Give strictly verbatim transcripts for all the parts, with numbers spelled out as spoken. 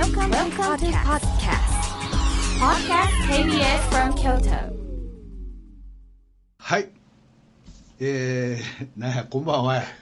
Welcome, Welcome to podcast. Podcast ケービーエス from Kyoto. はい。えー、なんやこんばんはや。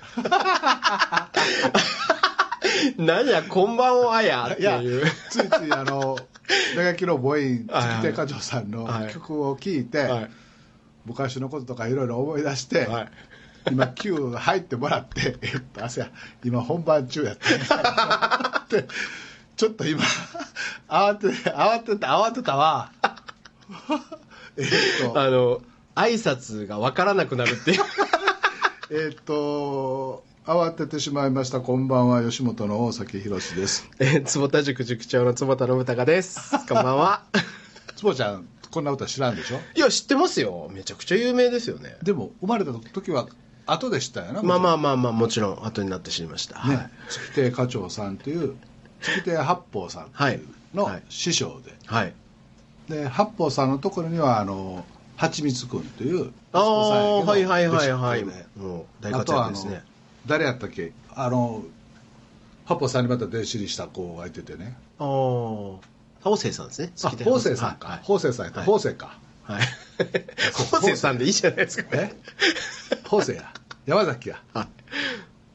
なんやこんばんはやっていう。 ついついあの打楽器の母音月手課長さんの曲を聴いて、はいはい、昔のこととかいろいろ思い出して。はい、今 Q 入ってもらってえっと朝今本番中やってちょっと今慌て慌てた慌てたわえっとあの挨拶が分からなくなるっていうえっと慌ててしまいました。こんばんは、吉本の大崎宏です。 えー、坪田塾塾長の坪田信孝です。こんばんは。 坪ちゃんこんな歌知らんでしょ。 いや知ってますよ。めちゃくちゃ有名ですよね。 でも生まれた時は後でしたよな。 まあまあまあまあもちろん後になって知りました、 ね、 はい、 月亭課長さんという月亭八方さんというの師匠で、はいはい、で八方さんのところにはあのはちみつくんという息子さんやけど、 はいはいはいはい、もう大活躍ですね。あとはあの誰やったっけ、あの八方さんにまた弟子にした子がいててね、 ああ法政さんですね。 あ法政さんか、はい、法政さんやった、はい、法政か、はい、 法政さんでいいじゃないですかね。 法政や山崎や、はい、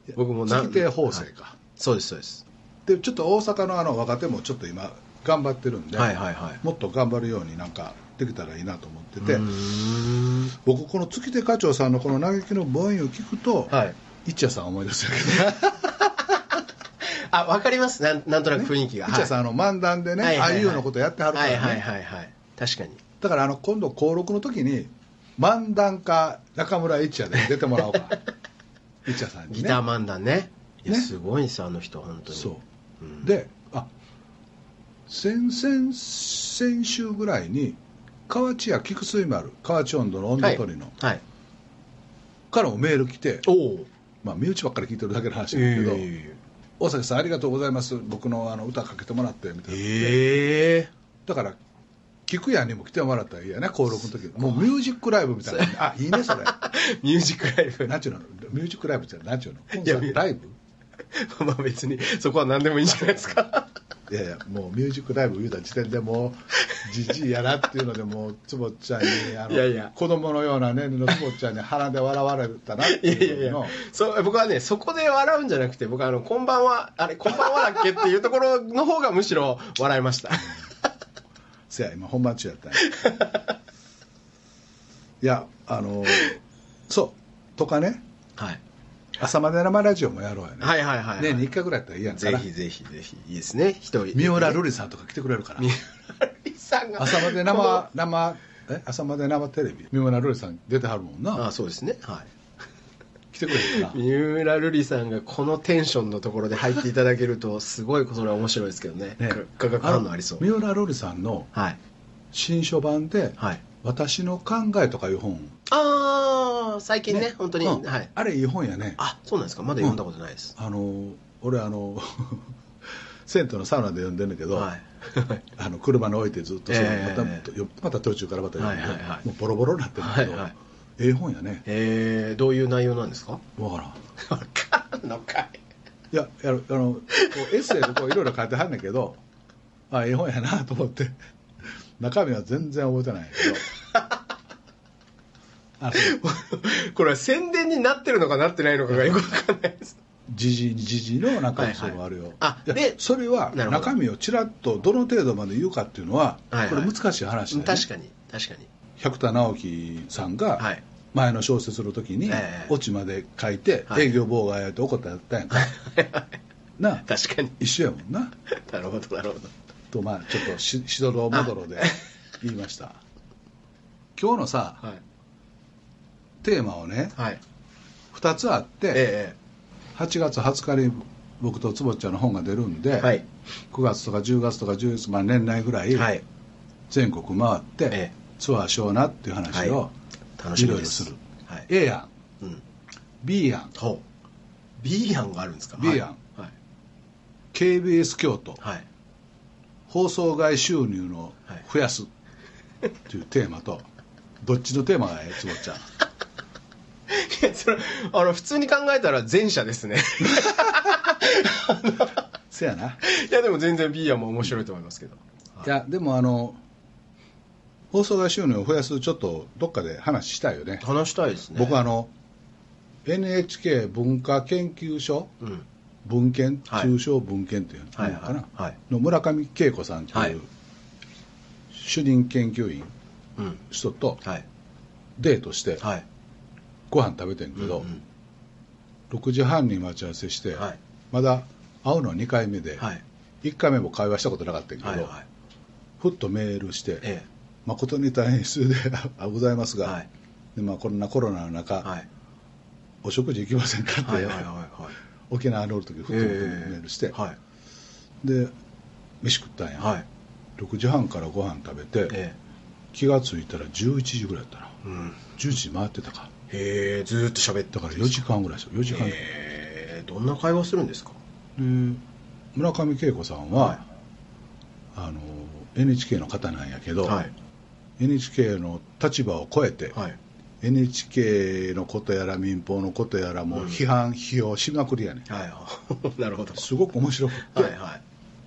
僕も月亭法政か、はい、 そうですそうです。 でちょっと大阪のあの若手もちょっと今頑張ってるんで、はいはいはい、もっと頑張るようになんかできたらいいなと思ってて、うーん僕この月亭課長さんのこの嘆きの母音を聞くと、はい、一夜さん思い出すよけどあ、わかります。なん、なんとなく雰囲気が、 ね、一夜さんあの漫談でね、はいはいはい、ああいうのことやってはるからね、 はいはいはいはい、確かに。 だからあの今度登録の時に漫談家中村一夜で出てもらおうか一夜さんにね、 ギター漫談ね。いや、ね、すごいんですよあの人本当に。そう、 うん、で、あ先々先週ぐらいに河内屋菊水丸河内音頭の温度取りの、はいはい、からもメール来て、お、まあ、身内ばっかり聞いてるだけの話だけど、えー、大崎さんありがとうございます、僕 の, あの歌かけてもらってみたいな、えー、だから菊屋にも来てもらったらいいやね、登録の時もうミュージックライブみたいな、あ、いいねそれミュージックライブなんちゅうの、ミュージックライブってなんちゅうの、コンサートライブまあ別にそこは何でもいいんじゃないですかいやいや、もうミュージックライブ言うた時点でもうじじいやなっていうので、もう坪ちゃんにあのいやいや子供のような年齢の坪ちゃんに鼻で笑われたなっていうののいやいやいや、 そう僕はねそこで笑うんじゃなくて、僕はあのこんばんはあれこんばんはだっけっていうところの方がむしろ笑いましたせや今本番中やったんやいやあのそうとかね、はい、朝まで生ラジオもやろうよね。はいはいはい、はい、年にいっかいぐらいやったらいいやんかな。 ぜひぜひぜひいいですね。人三浦瑠麗さんとか来てくれるから三浦瑠麗さんが朝まで生生え朝まで生テレビ三浦瑠麗さん出てはるもんな。 あ、そうですね、はい来てくれるかな。 三浦瑠麗さんがこのテンションのところで入っていただけるとすごいそれは面白いですけど ね, ね化学反応ありそう。 三浦瑠麗さんの新書版で、はい、私の考えとかいう本、 ああ最近 ね, ね本当に、うん、はい、 あれいい本やね。 あ、そうなんですか。まだ読んだことないです、 うん、あの俺あの銭湯のサウナで読んでるんだけど、はい、あの車に置いてずっとその、えー、ま, たまた途中からまた読んで、はいはいはい、もうボロボロになってるんだけど、はいはい、ええ本やね。 えー、どういう内容なんですか。 分からん分からんのかい。 いやあのこうエッセイでこういろいろ書いてはんねんけどあ、ええ本やなと思って中身は全然覚えてないけどあこれは宣伝になってるのかなってないのかがよく分かんないです。 じじいにじじいの中身そのあるよ、 はいはい、あでそれは中身をちらっとどの程度まで言うかっていうのは、はいはい、これ難しい話だね。 確かに確かに百田直樹さんが前の小説の時にオチまで書いて営業妨害やって怒ったやったやんか、はい、なあ確かに一緒やもんななるほどなるほどと、まあちょっとししどろもどろで言いました今日のさ、はい、テーマをね、はい、ふたつあって、ええ、はちがつはつかに僕と坪ちゃんの本が出るんで、はい、くがつとかじゅうがつとかじゅうがつ、まあ、年内ぐらい全国回って、ええ、ツアーしようなっていう話をいろいろする、はい、A 案、うん、B 案、 ほう B 案があるんですか。 B 案、はい、ケービーエス 京都、はい、放送外収入の増やすっていうテーマと、どっちのテーマがええ坪ちゃん。いやそれあの普通に考えたら前者ですねせやな。 いやでも全然 B はもう面白いと思いますけど。 いやでもあの放送外収入を増やすちょっとどっかで話したいよね。 話したいですね。 僕あの エヌエイチケー 文化研究所、うん、文献、中小文献っていうのかな、はいはいはい、の村上恵子さんという、はい、主任研究員の人とデートしてご飯食べてんけど、うんうん、ろくじはんに待ち合わせして、はい、まだ会うのにかいめで、はい、いっかいめも会話したことなかったんけど、はいはい、ふっとメールして、ええ、誠に大変失礼でございますが、はい、でまあ、こんなコロナの中、はい、お食事行きませんかって、はいはいはいはい、沖縄におるときふっとメールして、えーはい、で飯食ったんや、はい、ろくじはんからご飯食べて、えー、気がついたらじゅういちじぐらいだったな、うん、じゅういちじ回ってたか。 へえ、ずーっと喋ってだからよじかんぐらいですよ。よじかん。 へえ、どんな会話するんですか。 で村上恵子さんは、はい、あの エヌエイチケー の方なんやけど、はい、エヌエイチケー の立場を超えて、はい、エヌエイチケー のことやら民放のことやらも批判、うん、批評しまくりやねん、はい、なるほど。すごく面白くて、はいはい、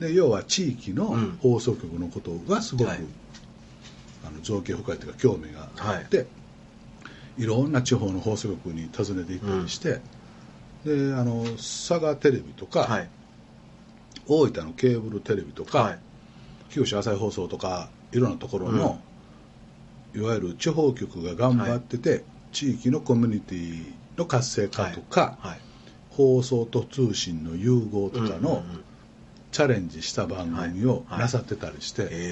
で要は地域の放送局のことがすごく、うん、あの造形深いというか興味があって、はい、いろんな地方の放送局に訪ねて行ったりして、うん、であの佐賀テレビとか、はい、大分のケーブルテレビとか、はい、九州朝日放送とかいろんなところの、うん、いわゆる地方局が頑張ってて、はい、地域のコミュニティの活性化とか、はいはい、放送と通信の融合とかのチャレンジした番組をなさってたりして、はいはい、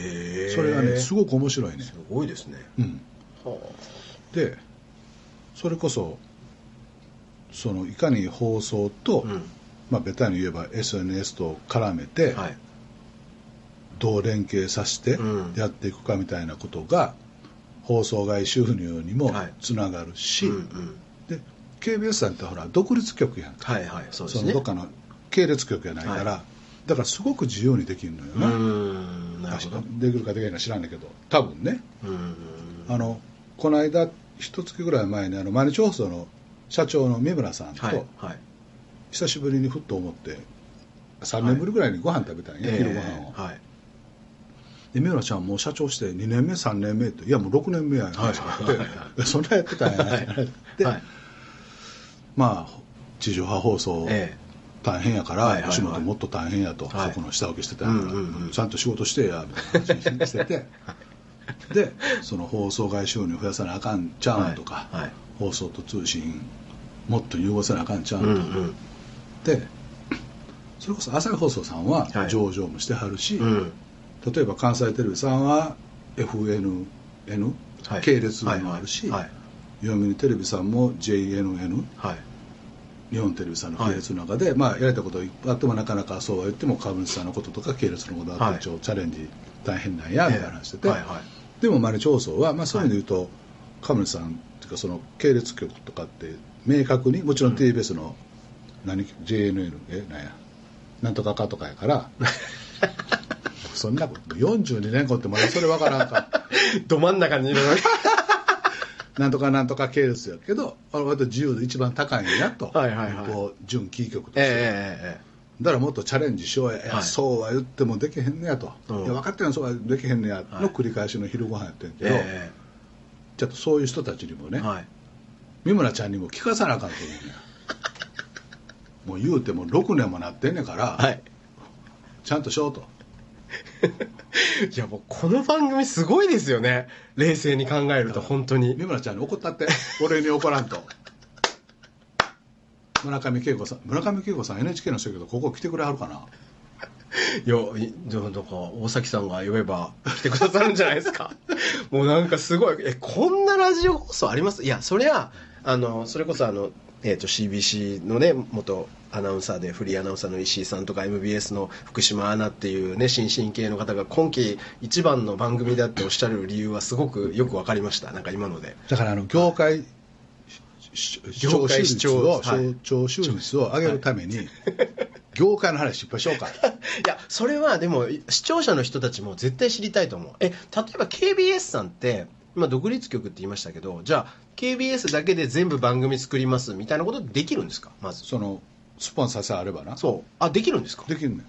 それがねすごく面白いね。 すごいですね、 うん、でそれこそそのいかに放送と、うん、まあ、ベタに言えば エスエヌエス と絡めて、はい、どう連携させてやっていくかみたいなことが放送外収入にもつながるし、はい、うんうん、で ケービーエス さんってほら独立局やんか、はいはい、そうですね、そのどっかの系列局やないから、はい、だからすごく自由にできるのよな。うーん、なるほど。できるかできないか知らんだけど多分ね、うーん、あのこの間一月ぐらい前にあの毎日放送の社長の三村さんと、はいはい、久しぶりにふっと思ってさんねんぶりぐらいにご飯食べたんや、はい、昼ご飯を、えーはい、で三村ちゃんもう社長してにねんめさんねんめっていやもうろくねんめやん話があって、はいはいはい、そんなやってたんやなってなって、はい、まあ地上波放送、えー、大変やから、はいはいはい、吉本もっと大変やと、はい、そこの下請けしてたんやから、うんうんうん、ちゃんと仕事してやみたいな話にしててでその放送外収入増やさなあかんちゃうんとか、はいはい、放送と通信もっと融合せなあかんちゃうんと、うんうん、でそれこそ朝日放送さんは上場もしてはるし、はい、うん、例えば関西テレビさんは エフエヌエヌ、はい、系列もあるし、はいはいはい、読売テレビさんも ジェイエヌエヌ、はい、日本テレビさんの系列の中で、はい、まあ、やりたいこといっぱいあってもなかなかそうは言っても株主さんのこととか系列のことだと一応チャレンジ大変なんやみたいな話してて、はいはいはい、でも毎日放送は、まあ、そういう意味で言うと、はい、株主さんっていうかその系列局とかって明確にもちろん ティービーエス の何 ジェイエヌエヌ えなんやなんとかかとかやからそんなことよんじゅうにねんごってまだそれ分からんかど真ん中にいるのになんとかなんとか系列やけど割と自由で一番高いんやと、はいはいはい、こう準キー局として、えー、だからもっとチャレンジしようや、はい、いやそうは言ってもできへんねやと、うん、いや分かってるのそうはできへんねやの繰り返しの昼ご飯やってんけど、えー、ちょっとそういう人たちにもね、はい、三村ちゃんにも聞かさなあかんと思うねもう言うてもろくねんもなってんねんから、はい、ちゃんとしようといやもうこの番組すごいですよね、冷静に考えると。本当に三村ちゃんに怒ったって俺に怒らんと村上恵子さん村上恵子さん エヌエイチケー の人やけどここ来てくれはるかな。 いやなんか大崎さんが言えば来てくださるんじゃないですかもうなんかすごい、えこんなラジオ放送あります。いやそりゃあのそれこそあのえー、と シービーシー のね元アナウンサーでフリーアナウンサーの石井さんとか エムビーエス の福島アナっていうね新進系の方が今期一番の番組だっておっしゃる理由はすごくよく分かりました。なんか今のでだからあの業界視聴率を聴取率を上げるために、はい、業界の話いっぱいしようかいやそれはでも視聴者の人たちも絶対知りたいと思う。え例えば ケービーエス さんって今独立局って言いましたけど、じゃあ ケービーエス だけで全部番組作りますみたいなことできるんですか。まずそのスポンサーさえあればな。 そうあできるんですか。 できるね。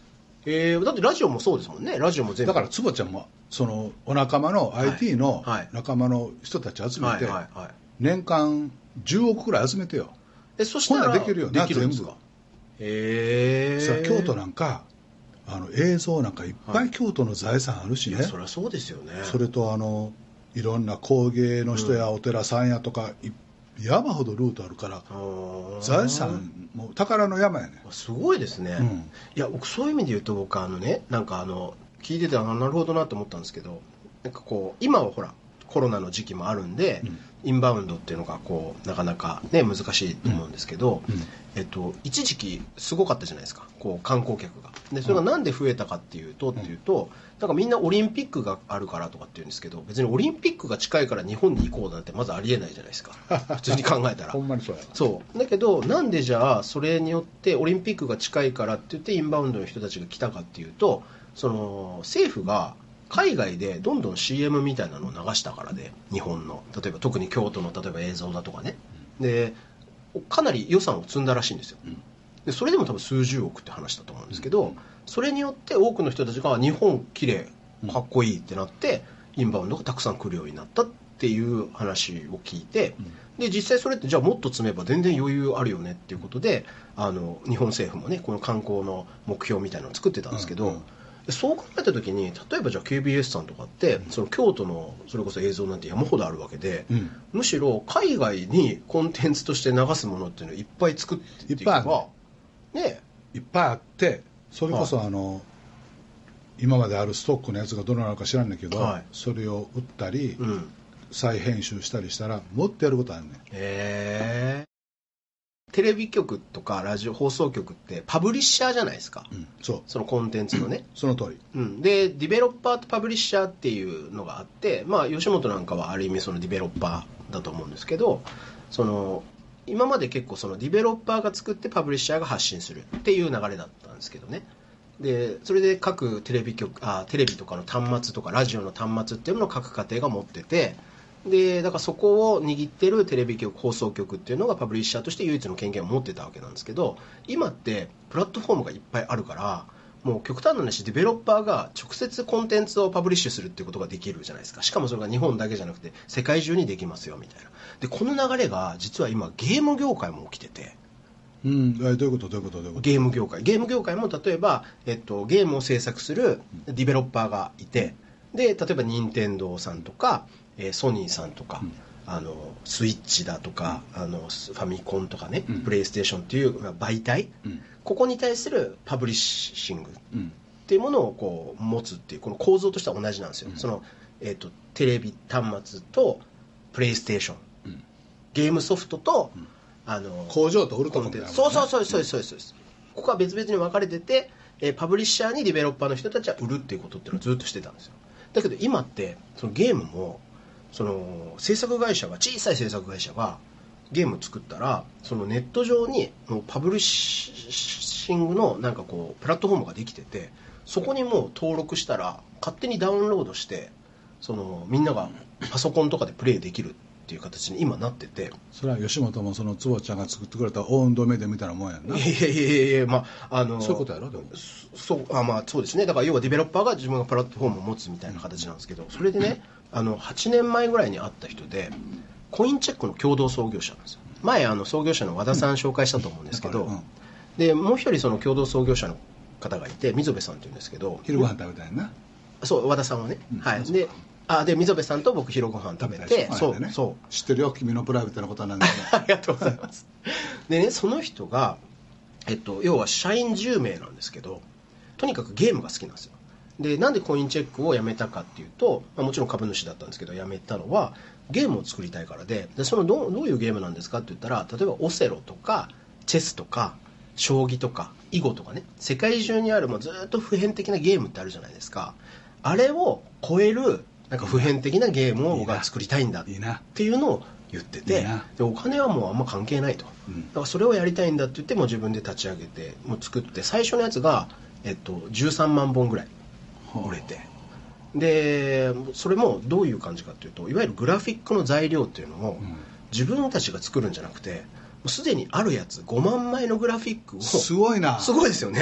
えー、だってラジオもそうですもんね。ラジオも全部だから坪ちゃんもそのお仲間の アイティー の仲間の人たち集めて年間じゅうおくくらい集めてよ。 えそしたらできるよな全部。 へえ。 京都なんかあの映像なんかいっぱい京都の財産あるしね、 はい、そりゃそうですよね。 それとあのいろんな工芸の人やお寺さんやとか、うん、山ほどルートあるから財産も宝の山やね。 すごいですね、うん、いや僕そういう意味で言うと僕あのねなんかあの聞いててなるほどなと思ったんですけど、なんかこう今はほらコロナの時期もあるんで、うん、インバウンドっていうのがこうなかなかね難しいと思うんですけど、うんうん、えっと、一時期すごかったじゃないですか、こう観光客が。でそれがなんで増えたかっていうと、うん、っていうとなんかみんなオリンピックがあるからとかって言うんですけど、別にオリンピックが近いから日本に行こうなんてまずありえないじゃないですか普通に考えたらほんまにそうや。 そうだけどなんでじゃあそれによってオリンピックが近いからって言ってインバウンドの人たちが来たかっていうと、その政府が海外でどんどん シーエム みたいなのを流したからで、日本の例えば特に京都の例えば映像だとかね、でかなり予算を積んだらしいんですよ。でそれでも多分数十億って話だと思うんですけど、それによって多くの人たちが日本綺麗かっこいいってなってインバウンドがたくさん来るようになったっていう話を聞いて、で実際それってじゃあもっと積めば全然余裕あるよねっていうことで、あの日本政府もねこの観光の目標みたいなのを作ってたんですけど、うんうん、そう考えた時に例えばじゃあ ケービーエス さんとかってその京都のそれこそ映像なんて山ほどあるわけで、うん、むしろ海外にコンテンツとして流すものっていうのをいっぱい作っていけばね、 いっぱいあって、それこそあの、はい、今まであるストックのやつがどうなのか知らんねんけど、はい、それを売ったり、うん、再編集したりしたらもっとやることあるねん。 へー。テレビ局とかラジオ放送局ってパブリッシャーじゃないですか、うん、そうそのコンテンツのね、うん、 その通り、 うん、でディベロッパーとパブリッシャーっていうのがあって、まあ、吉本なんかはある意味そのディベロッパーだと思うんですけど、その今まで結構そのディベロッパーが作ってパブリッシャーが発信するっていう流れだったんですけどね。でそれで各テレビ局あテレビとかの端末とかラジオの端末っていうのを各家庭が持ってて、でだからそこを握ってるテレビ局放送局っていうのがパブリッシャーとして唯一の権限を持ってたわけなんですけど、今ってプラットフォームがいっぱいあるからもう極端な話ディベロッパーが直接コンテンツをパブリッシュするっていうことができるじゃないですか。しかもそれが日本だけじゃなくて世界中にできますよみたいな。でこの流れが実は今ゲーム業界も起きてて、 うん、どういうことどういうことどういうこと。 ゲーム業界ゲーム業界も例えば、えっと、ゲームを制作するディベロッパーがいて、で例えば任天堂さんとか、えー、ソニーさんとか、うん、あのスイッチだとか、うん、あのファミコンとかね、うん、プレイステーションっていう媒体、うん、ここに対するパブリッシングっていうものをこう持つっていうこの構造としては同じなんですよ、うん、その、えーと、テレビ端末とプレイステーション、うん、ゲームソフトと、うん、あの工場と売るとこみたいな、ね、 そうそうそうそうそうそう、うん、ここは別々に分かれてて、えー、パブリッシャーにディベロッパーの人たちは売るっていうことっていうのをずっとしてたんですよ。だけど今ってそのゲームもその制作会社が小さい制作会社がゲーム作ったらそのネット上にもうパブリッシングのなんかこうプラットフォームができてて、そこにもう登録したら勝手にダウンロードしてそのみんながパソコンとかでプレイできるっていう形に今なってて、 それは吉本もその坪ちゃんが作ってくれたオウンドメディアみたいなもんやんな。 いやいやいやいや、まああのそういうことやろ。でもそうあまあそうですね。だから要はディベロッパーが自分がプラットフォームを持つみたいな形なんですけど、それでねあのはちねんまえぐらいに会った人でコインチェックの共同創業者なんですよ。前あの創業者の和田さん紹介したと思うんですけど、うん、でもう一人その共同創業者の方がいて溝部さんっていうんですけど、 昼ご飯食べたいな。 そう和田さんはね、うん、はいであで溝部さんと僕昼ご飯食べて、そう、ね、そう知ってるよ君のプライベートなことなんだけどありがとうございますでねその人が、えっと、要は社員じゅうめいなんですけど、とにかくゲームが好きなんですよ。でなんでコインチェックを辞めたかっていうと、まあ、もちろん株主だったんですけど辞めたのはゲームを作りたいからで、でその ど, どういうゲームなんですかって言ったら、例えばオセロとかチェスとか将棋とか囲碁とかね、世界中にあるもうずっと普遍的なゲームってあるじゃないですか。あれを超えるなんか普遍的なゲームを僕は作りたいんだっていうのを言ってて、でお金はもうあんま関係ないと、うん、だからそれをやりたいんだって言っても自分で立ち上げてもう作って、最初のやつが、えっと、じゅうさんまんぼんぐらい売れて、でそれもどういう感じかっていうと、いわゆるグラフィックの材料っていうのを自分たちが作るんじゃなくて、もうすでにあるやつごまんまいのグラフィックを、 すごいな、 すごいですよね、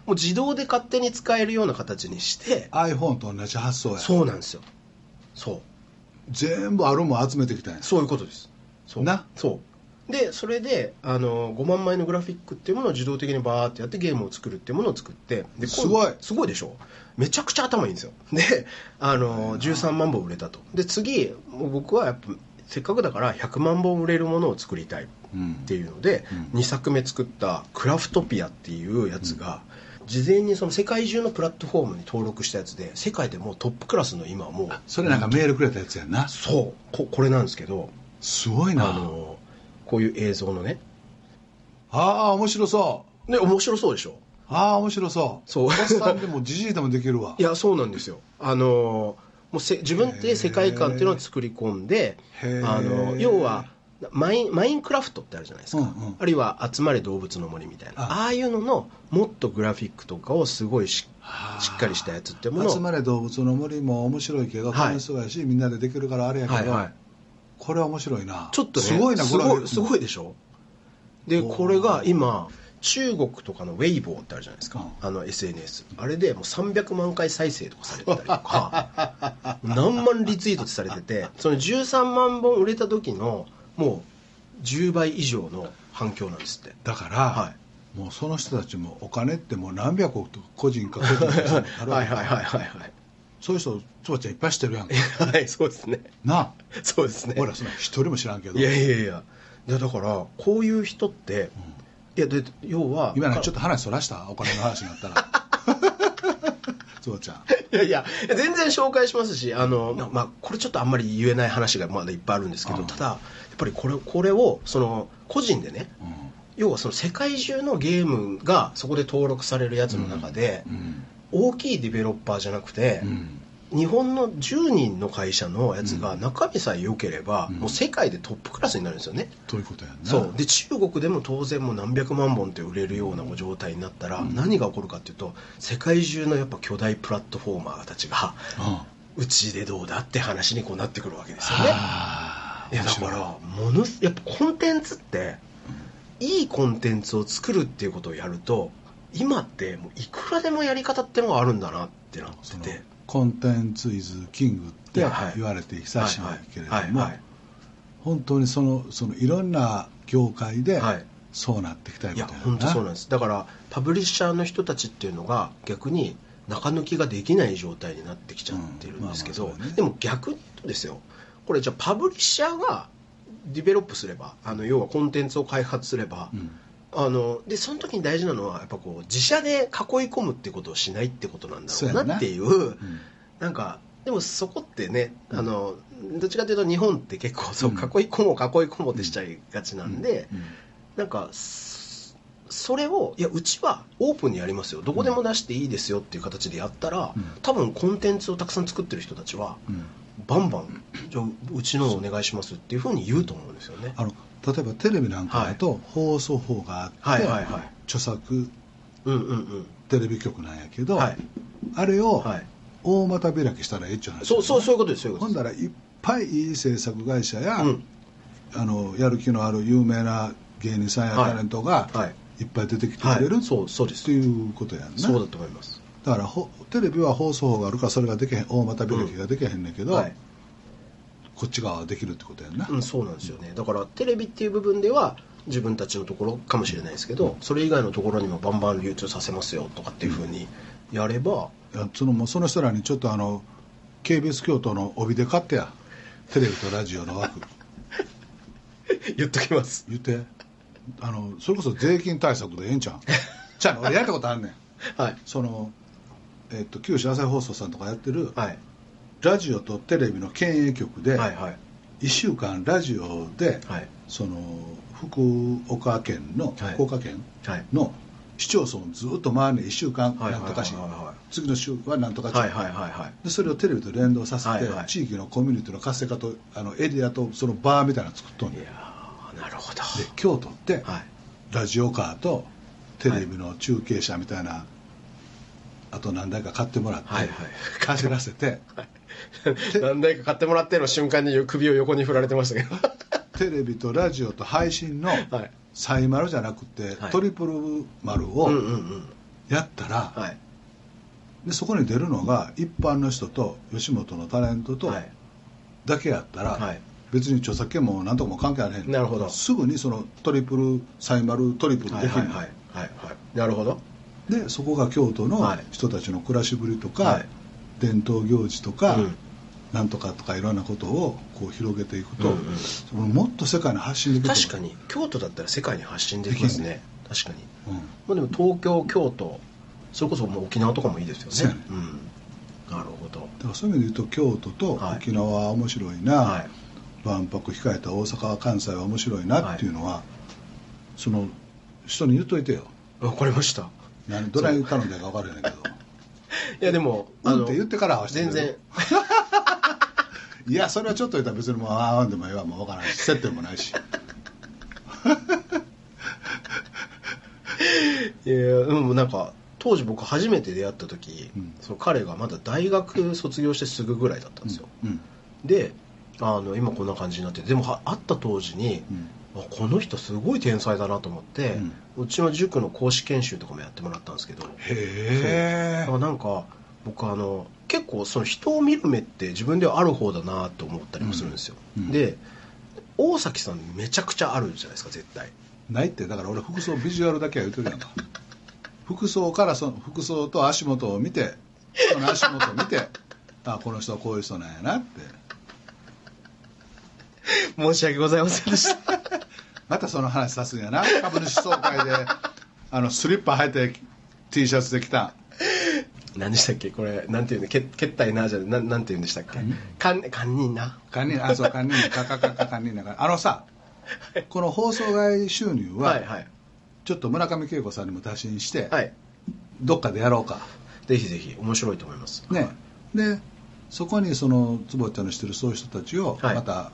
もう自動で勝手に使えるような形にして iPhone と同じ発想や。 そうなんですよ。そう全部あるもん集めてきたんや。 そういうことです。そうなそうでそれであのごまんまいのグラフィックっていうものを自動的にバーってやってゲームを作るっていうものを作ってですごいすごいでしょ。めちゃくちゃ頭いいんですよ。であのじゅうさんまんぼん売れたと。で次もう僕はやっぱせっかくだからひゃくまんぼん売れるものを作りたいっていうので、うんうん、にさくめ作ったクラフトピアっていうやつが、うん、事前にその世界中のプラットフォームに登録したやつで世界でもうトップクラスの今もうそれなんかメールくれたやつやんな。 そうここれなんですけどすごいな。 あのこういう映像のねああ面白そうね面白そうでしょ。 ああ面白そうそうおっさんでもじじいでもできるわいやそうなんですよ。あのもうせ自分で世界観っていうのを作り込んであの要はマイン、マインクラフトってあるじゃないですか、うんうん、あるいは集まれ動物の森みたいな あ, ああいうののもっとグラフィックとかをすごい し, しっかりしたやつってものを集まれ動物の森も面白いけど楽しそうやし、はい、みんなでできるからあれやけど、はいはい、これは面白いな。 ちょっとねすごいなすごいすごいでしょ。でこれが今中国とかのウェイボーってあるじゃないですか、うん、あの エスエヌエス あれでもうさんびゃくまんかい再生とかされてたりとか何万リツイートってされててそのじゅうさんまんぼん売れた時のもうじゅうばい以上の反響なんですって。 だから、はい、もうその人たちもお金ってもう何百億と個人か個人かあるわけはいはいはいはいはいそういう人つばちゃんいっぱい知ってるやんかはいそうですねなそうですねほらその一人も知らんけどいやいやいやだからこういう人って、うんいやで要は今ねちょっと話そらしたお金の話になったらそうちゃんいやいや全然紹介しますしあの、まあ、これちょっとあんまり言えない話がまだいっぱいあるんですけど、うん、ただやっぱりこれ、これをその個人でね、うん、要はその世界中のゲームがそこで登録されるやつの中で、うんうん、大きいディベロッパーじゃなくて、うん日本のじゅうにんの会社のやつが中身さえ良ければ、うん、もう世界でトップクラスになるんですよね。 ということやんな。 そうで中国でも当然もう何百万本って売れるような状態になったら、うん、何が起こるかっていうと世界中のやっぱ巨大プラットフォーマーたちが、うん、うちでどうだって話にこうなってくるわけですよね。いやだからものやっぱコンテンツって、うん、いいコンテンツを作るっていうことをやると今ってもういくらでもやり方ってのがあるんだなってなっててコンテンツイズキングって言われて久しいけれども本当にそのそのいろんな業界でそうなってきたいことやな。いや本当そうなんです。だからパブリッシャーの人たちっていうのが逆に中抜きができない状態になってきちゃってるんですけど、うんまあまあね、でも逆に言うとですよこれじゃあパブリッシャーがディベロップすればあの要はコンテンツを開発すれば、うんあのでその時に大事なのはやっぱこう自社で囲い込むってことをしないってことなんだろうなっていう、うん、なんかでもそこってねあのどっちかというと日本って結構そう囲い込もう囲い込もうってしちゃいがちなんで、うんうん、なんかそれをいやうちはオープンにやりますよどこでも出していいですよっていう形でやったら、うん、多分コンテンツをたくさん作ってる人たちは、うん、バンバンじゃあうちのお願いしますっていうふうに言うと思うんですよね。 あの例えばテレビなんかだと放送法があって、はいはいはいはい、著作、うんうんうん、テレビ局なんやけど、はい、あれを大股開きしたらええっちゅう話、ね、 そうそうそういうことですよ。 ほんだらいっぱいいい制作会社や、うん、あのやる気のある有名な芸人さんやタレントがいっぱい出てきてくれる、はいはい、そうそうですっていうことやんな。 そうだと思います。 だからテレビは放送法があるからそれができへん大股開きができへんねんけど、うんはいこっち側はできるってことやんな、 うん、そうなんですよね。だからテレビっていう部分では自分たちのところかもしれないですけど、うん、それ以外のところにもバンバン流通させますよとかっていうふうにやれば、 うん、いやそのその人らにちょっとあの ケービーエス 京都の帯で買ってやテレビとラジオの枠言っときます。 言ってあのそれこそ税金対策でええんちゃうちゃうの俺やったことあるねん、はい、その、えっと、九州朝日放送さんとかやってる、はいラジオとテレビの県営局でいっしゅうかんラジオでその福岡県の福岡県の市町村をずっと回るねんいっしゅうかんなんとかし次の週はなんとかでそれをテレビと連動させて地域のコミュニティの活性化とあのエリアとそのバーみたいなの作っとんねん。いやなるほど。 で京都ってラジオカーとテレビの中継車みたいなあと何台か買ってもらって走らせて何台か買ってもらっての瞬間に首を横に振られてましたけどテレビとラジオと配信のサイマルじゃなくて、はい、トリプル丸をやったら、 はい、 でそこに出るのが一般の人と吉本のタレントとだけやったら、はい、別に著作権も何とかも関係あれへん。 なるほど。 すぐにそのトリプルサイマルトリプルできる、はいはいはいはい、なるほど。 でそこが京都の人たちの暮らしぶりとか、はい、伝統行事とか、うん、なんとかとかいろんなことをこう広げていくと、うんうん、もっと世界に発信できる。 確かに京都だったら世界に発信できますね。確かに、うんまあ、でも東京京都それこそもう沖縄とかもいいですよね。うん、なるほど。 だからそういう意味で言うと京都と沖縄は面白いな、はい、万博控えた大阪関西は面白いなっていうのは、はい、その人に言っといてよ。 わかりました。 何どない頼んだか分からへんけどいやでもうんって言ってから合わせて全然いやそれはちょっと言ったら別にもうああでもええわもう分からないし接点もないしいやでもなんか当時僕初めて出会った時、うん、その彼がまだ大学卒業してすぐぐらいだったんですよ、うんうん、であの今こんな感じになってでも会った当時に、うんこの人すごい天才だなと思って、うん、うちの塾の講師研修とかもやってもらったんですけどへえなんか僕あの結構その人を見る目って自分ではある方だなと思ったりもするんですよ、うんうん、で大崎さんめちゃくちゃあるじゃないですか絶対ないってだから俺服装ビジュアルだけは言ってるやんか服装からその服装と足元を見てその足元を見てあこの人はこういう人なんやなって申し訳ございませんでしたまたその話さすんやな株主総会であのスリッパ履いて T シャツで来た何でしたっけこれなんていうのけけったいなじゃななんていうんでしたっけかんかんにんなかんにんあそうかんにんなかかかかかんにんなあのさ、はい、この放送外収入は、はいはい、ちょっと村上恵子さんにも打診して、はい、どっかでやろうかぜひぜひ面白いと思いますねでそこにその坪ちゃんのしてるそういう人たちをまた、はい、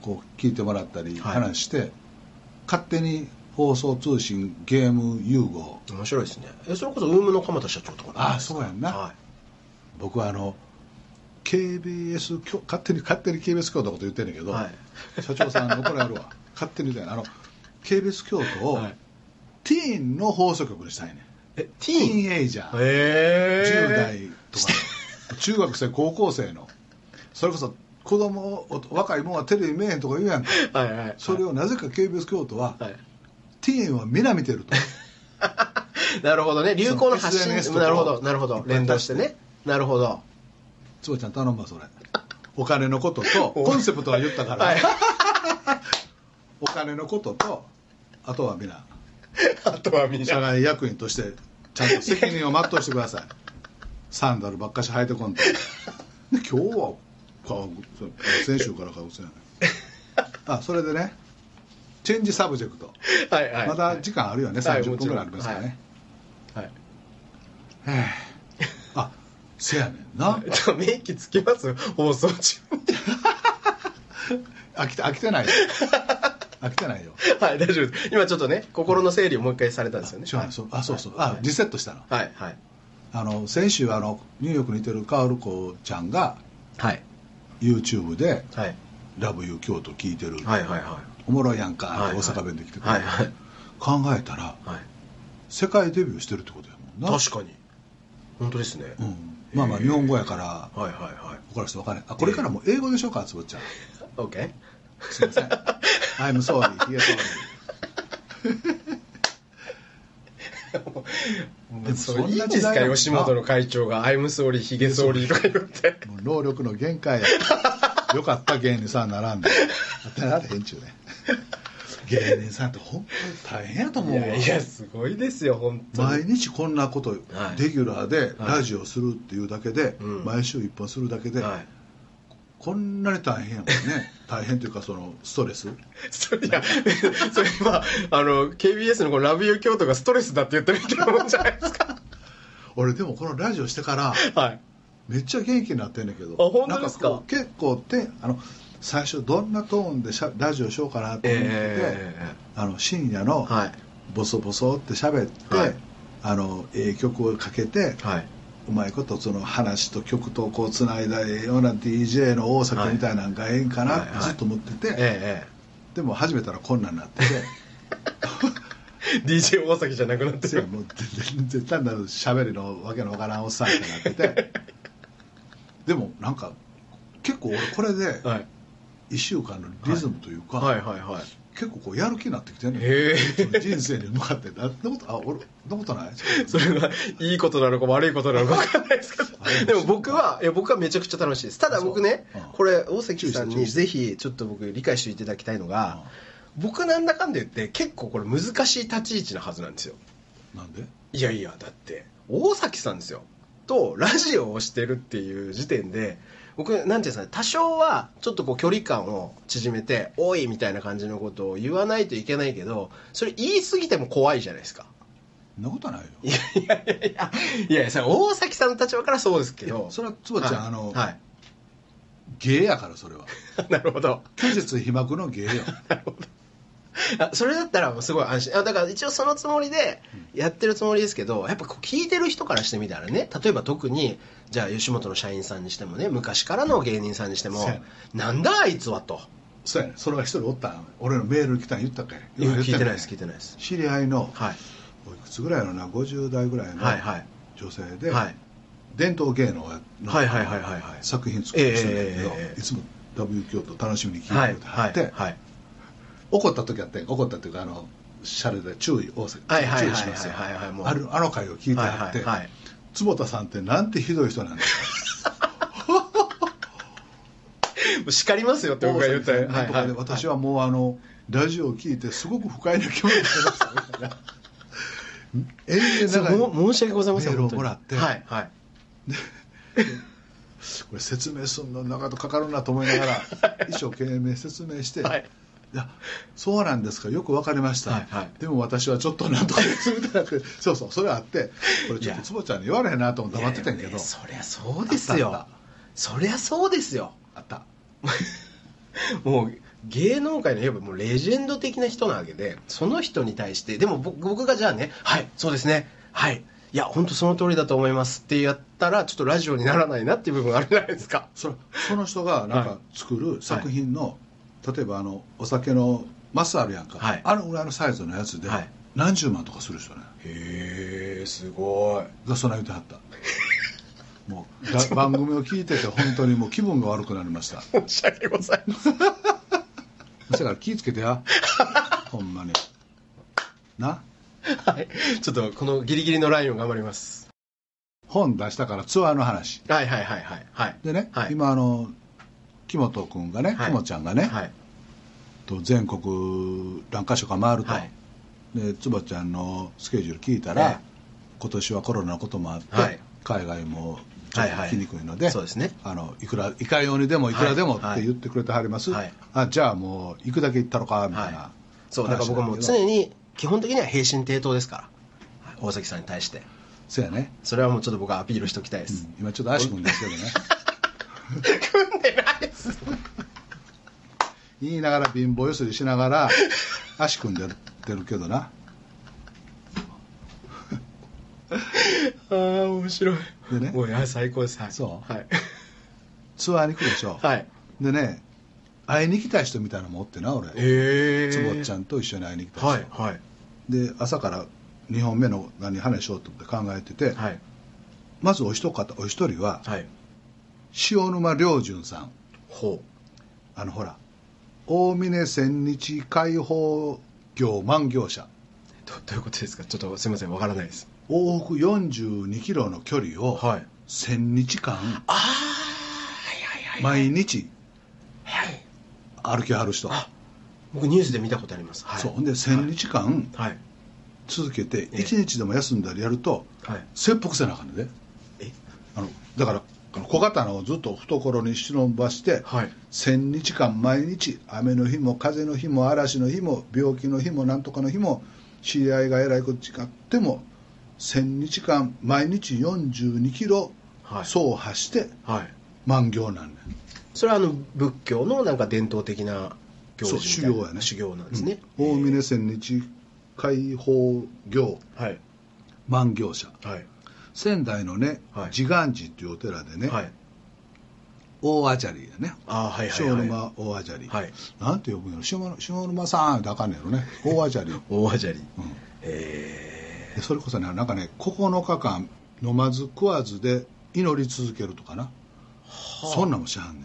こう聞いてもらったり話して、はい、勝手に放送通信ゲーム融合面白いですねえそれこそウームの鎌田社長とかああそうやんな、はい、僕はあの ケービーエス 勝手に勝手に ケービーエス 京都のこと言ってんねんけど、はい、社長さんのこれあるわ勝手に言うてんあの ケービーエス 京都を、はい、ティーンの放送局にしたいねんえティーンティーンエイジャー、 えー、 じゅう代とか中学生高校生のそれこそ子供若いもんはテレビ見えへんとか言うやんか、はいはいはい、それをなぜか ケービーエス 京都は、はい、ティーンは皆見てるとなるほどね流行の発信 エスエヌエス となるほどなるほど連動してねなるほどつぼちゃん頼むわそれお金のこととコンセプトは言ったから、はい、お金のこととあとは皆あとは皆社外役員としてちゃんと責任を全うしてくださいサンダルばっかし履いてこんとで今日は先週から買うせやねあそれでねチェンジサブジェクト、はいはい、まだ時間あるよね、はい、さんじゅっぷんぐらいありますからねはい、はい、あせやねんなちょ免疫つきます放送中飽きて飽きてないよ飽きてないよはい大丈夫です今ちょっとね心の整理をもう一回されたんですよねあ、はい、そうあそうそう、はい、あリセットしたのはいはいあの先週あのニューヨークにいてるカオル子ちゃんが、はい、YouTube で、はい、ラブユー京都聞いてる、はいはいはい、おもろいやんか、はいはい、大阪弁で来てくれる、はいはい、考えたら、はい、世界デビューしてるってことやもんな確かに本当ですね、うん、 まあまあ日本語やからはいはいはい他の人分からないあこれからもう英語でしょうかつぼっちゃん OK すいませんI'm sorry Here sorry それいいんですか吉本の会長が「アイムソーリーヒゲソーリー」とか言ってもう労力の限界やよかった芸人さん並んで当てられへんちゅうね芸人さんって本当に大変やと思うわいやいやすごいですよ本当に毎日こんなこと、はい、レギュラーでラジオするっていうだけで、はい、毎週一本するだけで、はいこんなに大変やもんね大変というかそのストレスそれいやそれはあの ケービーエス のこのラブユー京都がストレスだって言ってるみたいなもんじゃないですか俺でもこのラジオしてから、はい、めっちゃ元気になってんねんけどあ本当ですかなんか結構てあの最初どんなトーンでしゃラジオしようかなと思ってて、えー、あの深夜のボソボソって喋って、はい、あのええ曲をかけて、はいうまいことその話と曲とこうつないだような ディージェー の大崎みたいなのがええんかなってずっと思ってて、はいはいはい、でも始めたらこんなんになっててディージェー 大崎じゃなくなってる。 もう全然単なる喋りのわけのわからんおっさんになっててでもなんか結構俺これでいっしゅうかんのリズムというか、 はいはいはいはい、 結構こうやる気になってきてね、 へ人生に向かってなんてことあ俺そんなことないそれがいいことなのか悪いことなのか分かんないですけどでも僕はいや僕はめちゃくちゃ楽しいです。ただ僕ね、うん、これ大関さんにぜひちょっと僕理解していただきたいのが、うん、僕なんだかんだ言って結構これ難しい立ち位置なはずなんですよ。 なんで？ いやいやだって大崎さんですよとラジオをしてるっていう時点で僕なんていうんですかね、多少はちょっとこう距離感を縮めておいみたいな感じのことを言わないといけないけど、それ言い過ぎても怖いじゃないですか。 そんなことはないよ。 いやいやいやいやいやいや、それ大崎さんの立場からそうですけど、 それは坪ちゃん、はい、あの、 はい、 芸やからそれはなるほど、 虚実皮膜の芸よなるほど。あそれだったらすごい安心。あだから一応そのつもりでやってるつもりですけど、やっぱこう聞いてる人からしてみたらね、例えば特にじゃあ吉本の社員さんにしてもね、昔からの芸人さんにしても、なんだあいつはと。 そうやね、それが一人おったん。俺のメール来たん言ったっけ？ 言聞いてないです聞いてないです。 知り合いの、 はい、 おいくつぐらいのな、ごじゅう代ぐらいの女性で、 はいはい、伝統芸能の作品作ってる人なんだけど、 えー、 いつも ダブリュー 京都楽しみに聞いてくれてはって、はいはいはい、怒った時あって怒ったっていうかあのシャレで注意を注意しますよ。あるあの回を聞いてあって、はいはいはい、坪田さんってなんてひどい人なんですか叱りますよって僕が言ったら、はいはい、 私はもうあのラジオを聞いてすごく不快な気持ちになりましたみたいな永遠長い申し訳ございませんメールをもらって、 はいはい、 でこれ説明するの長くかかるなと思いながら一生懸命説明して、はい、いやそうなんですかよく分かりました、はいはい、でも私はちょっとなんとかですみたいなそうそうそれあってこれちょっと坪ちゃんに言われへんなと思って黙ってたんやけど、ね、 そりゃそうですよそりゃそうですよあったもう芸能界のやっぱもうレジェンド的な人なわけで、その人に対してでも 僕, 僕がじゃあねはいそうですねはいいや本当その通りだと思いますってやったらちょっとラジオにならないなっていう部分あるじゃないですか。 そ, その人がなんか作る作品の、はい、例えばあのお酒のマスあるやんか、はい、あのぐらいのサイズのやつで、はい、何十万とかする人ね。 へえすごいがそんな言ってはったもう番組を聞いてて本当にもう気分が悪くなりました。 申し訳ございませんだから気ぃつけてやほんまにな。 はい、ちょっとこのギリギリのラインを頑張ります。 本出したからツアーの話。 はいはいはいはい、はい、 でね、 はい、 今あの木本君がね、 はい、 木本ちゃんがね、 はい、 と全国何か所か回ると、はい、で坪ちゃんのスケジュール聞いたら、はい、今年はコロナのこともあって、はい、海外もちょっと行きにくいので、はいはい、 そうですね、 あのいくらいかようにでもいくらでもって言ってくれてはります、はいはい、あじゃあもう行くだけ行ったのかみたいな、はい、 そうだから僕はもう常に基本的には平身低頭ですから、大崎さんに対して。 そうやね、 それはもうちょっと僕はアピールしておきたいです、 うん、今ちょっと足組んですけどね組んでないです言いながら貧乏ゆすりしながら足組んでってるけどなああ面白いでね、 もういや最高です、はい、 そう、 はい、 ツアーに行くでしょ、 はい、 でね会いに来た人みたいなのもおってな俺、 えー、 坪ちゃんと一緒に会いに来た人、 はいはい、 で朝からにほんめの何話しようと思って考えてて、はい、まずお一方お一人は、はい、塩沼良純さん。 ほうあのほら大峰千日開放業万業者ど, どういうことですか。ちょっとすいませんわからないです。 往復よんじゅうにキロの距離をせんにちかん、はい、あはいはいはい、毎日歩きはる人、 あ僕ニュースで見たことあります、はい、 そうでせんにちかん続けていちにちでも休んだりやると、はい、切腹せなあかんねで、えあのだから小刀をずっと懐に忍ばして、はい、せんにちかん毎日雨の日も風の日も嵐の日も病気の日もなんとかの日も知り合いがえらいこと違ってもせんにちかん毎日よんじゅうにキロ走破して万行なんねん、はい、 それはあの仏教のなんか伝統的な行事みたいな修行やね修行なんですね、 うん、大峰千日開放行、はい、万行者、はい、仙台のね、はい、慈願寺っていうお寺でね、はい、 大あじゃりだね。 あ、はいはいはい、 塩沼大あじゃり、 はい、 なんて呼ぶんやろ、塩, 塩沼さんってあかんねやろね、大あじゃり大あじゃり、 うん、 へえそれこそね、なんかね、ここのかかん飲まず食わずで祈り続けるとかな、はあ、そんなんもしはんねん。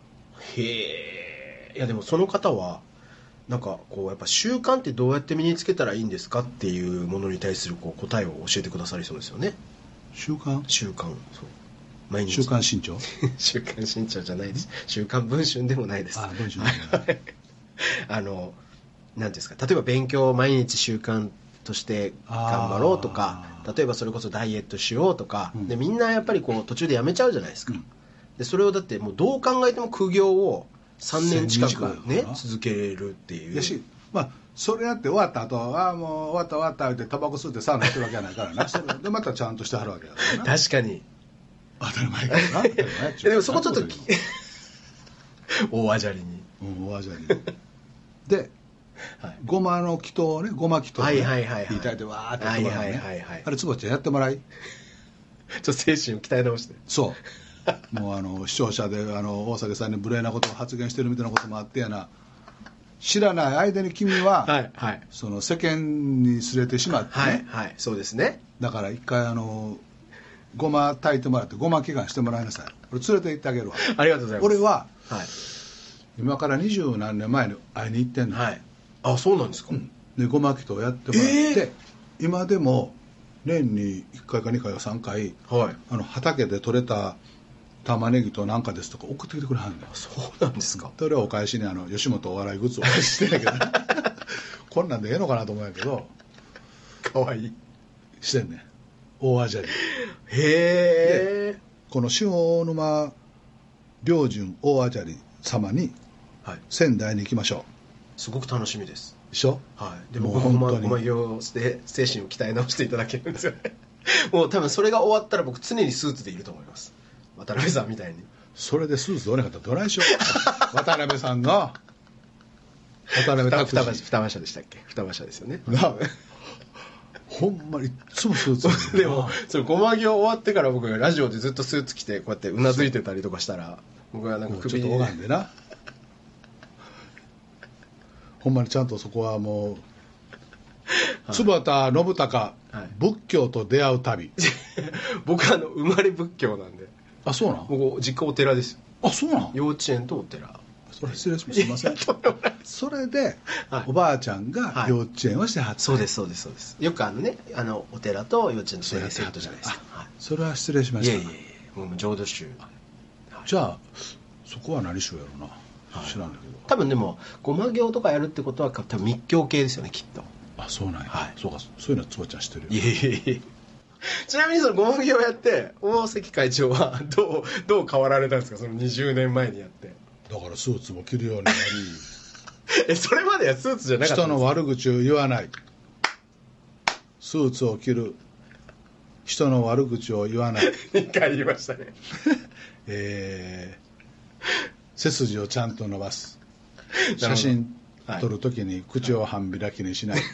へえ。いやでもその方はなんかこうやっぱ習慣ってどうやって身につけたらいいんですかっていうものに対するこう答えを教えてくださりそうですよね。 習慣習慣、そう毎日週刊新潮週刊新潮じゃないです。週刊文春でもないです。 あ文春でもないあの何ですか、例えば勉強を毎日習慣として頑張ろうとか、例えばそれこそダイエットしようとか、うん、でみんなやっぱりこう途中でやめちゃうじゃないですか、うん、でそれをだってもうどう考えても苦行をさんねん近くね続けるっていうやし、まあそれやって終わった後ああもう終わった終わったってタバコ吸ってサウナしてるわけじゃないからなそれでまたちゃんとしてはるわけだからな確かに当たり前からなでもそこちょっと大あじゃりに、 うん、大あじゃりにで、はい、ごまの祈祷をねごま祈祷をね、はいはいはいはい、言いたいでわーってやってもらうね、はいはいはいはい、あれつぼちゃんやってもらいちょっと精神を鍛え直してそうもうあの視聴者であの大阪さんに無礼なことを発言してるみたいなこともあってやな、知らない間に君は、はいはい、その世間にすれてしまってね、 はいはい、そうですね。 だから一回あのごま炊いてもらってごま祈願してもらいなさい。俺連れて行ってあげるわ。 ありがとうございます。 俺は、はい、今から二十何年前に会いに行ってんの、はい、 あ、そうなんですか、うん、 でごま祈祷やってもらって、えー、今でも年にいっかいかにかいかさんかい、はい、あの畑で採れた玉ねぎとなんかですとか送ってきてくれはんねん。 そうなんですか。 それはお返しにあの吉本お笑いグッズを返してんだけどこんなんでええのかなと思うんやけどかわいいしてんねん大あじゃり。へえ。 この塩沼良順大あじゃり様に仙台に行きましょう、はい、 すごく楽しみです。 でしょ、 はい、でも僕もごま行して精神を鍛え直していただけるんですよねもう多分それが終わったら僕常にスーツでいると思います、渡辺さんみたいに。 それでスーツでおれなかったらどないしよう渡辺さんが渡辺拓司双葉双葉社でしたっけ。双葉社ですよねなほんまにいつもスーツでもそれごま行終わってから僕ラジオでずっとスーツ着てこうやってうなずいてたりとかしたら僕はなんか首にちょっと拝んでなほんまにちゃんとそこはもう坪田信孝、はい、仏教と出会う旅僕はあの生まれ仏教なんで。 あ、そうなん。 僕実家お寺ですよ。 あ、そうなん。 幼稚園とお寺。 それ失礼します。すいませんそれで、はい、おばあちゃんが幼稚園をしてはった、はい、 そうですそうですそうです。よくあのねあのお寺と幼稚園のセットじゃないですか。 はい、それは失礼しました。 いえいえいえ、もう浄土宗、はい、 じゃあそこは何宗やろうな、はい、知らんだけど多分でもごま行とかやるってことは多分密教系ですよねきっと。 あ、そうなんや、はい、そうか、そういうのはつばちゃん知ってるよ。 いえいえいえちなみにそのごま行をやって大関会長はどうどう変わられたんですか、そのにじゅうねんまえにやって。 だからスーツも着るようになりえ、それまではスーツじゃなかったんですか。 人の悪口を言わない、スーツを着る、人の悪口を言わないにかい言いましたねえー、背筋をちゃんと伸ばす、写真撮るときに口を半開きにしない、はい、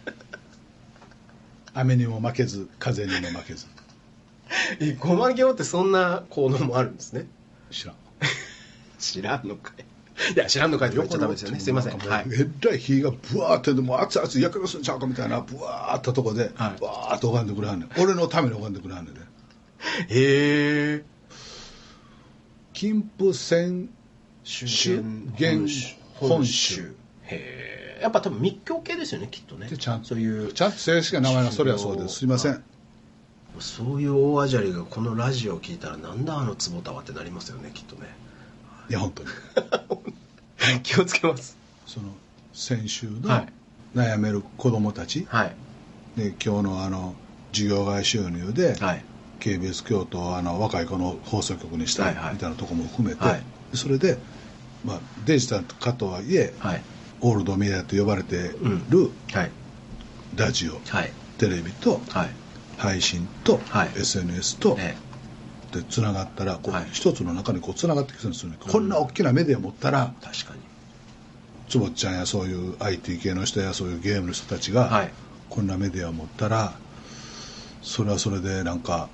雨にも負けず風にも負けず。 え、ごま行ってそんな効能もあるんですね。 知らん知らんのかい。いや知らんのかいとか言っちゃダメですよね。すいません。 はい、えらい火がブワーってでも熱々焼けどすんちゃうかみたいなブワーってとこで、はい、ブワーって拝んでくれはんねん。俺のために拝んでくれはんねんで。 へえ。 金峰山主元本宗。 へえ。やっぱ多分密教系ですよねきっとね。 でちゃんとそういうちゃんと正式な名前がそれはそうです。すいません。 そういう大あじゃりがこのラジオを聞いたらなんだあの坪田はってなりますよねきっとね。 いや本当に気をつけます。 その先週の悩める子どもたち、はい、で今日のあの事業外収入で、はい、ケービーエス 京都をあの若い子の放送局にしたいみたいなところも含めて、はいはい、それで、まあ、デジタル化とはいえ、はい、オールドメディアと呼ばれてる、うんはい、ラジオ、はい、テレビと、はい、配信と、はい、エスエヌエス と、ええでつながったらこう、はい、一つの中にこうつながってきてるんですよね、うん、こんな大きなメディア持ったら確かにつぼっちゃんやそういう アイティー 系の人やそういうゲームの人たちが、はい、こんなメディアを持ったらそれはそれでなんか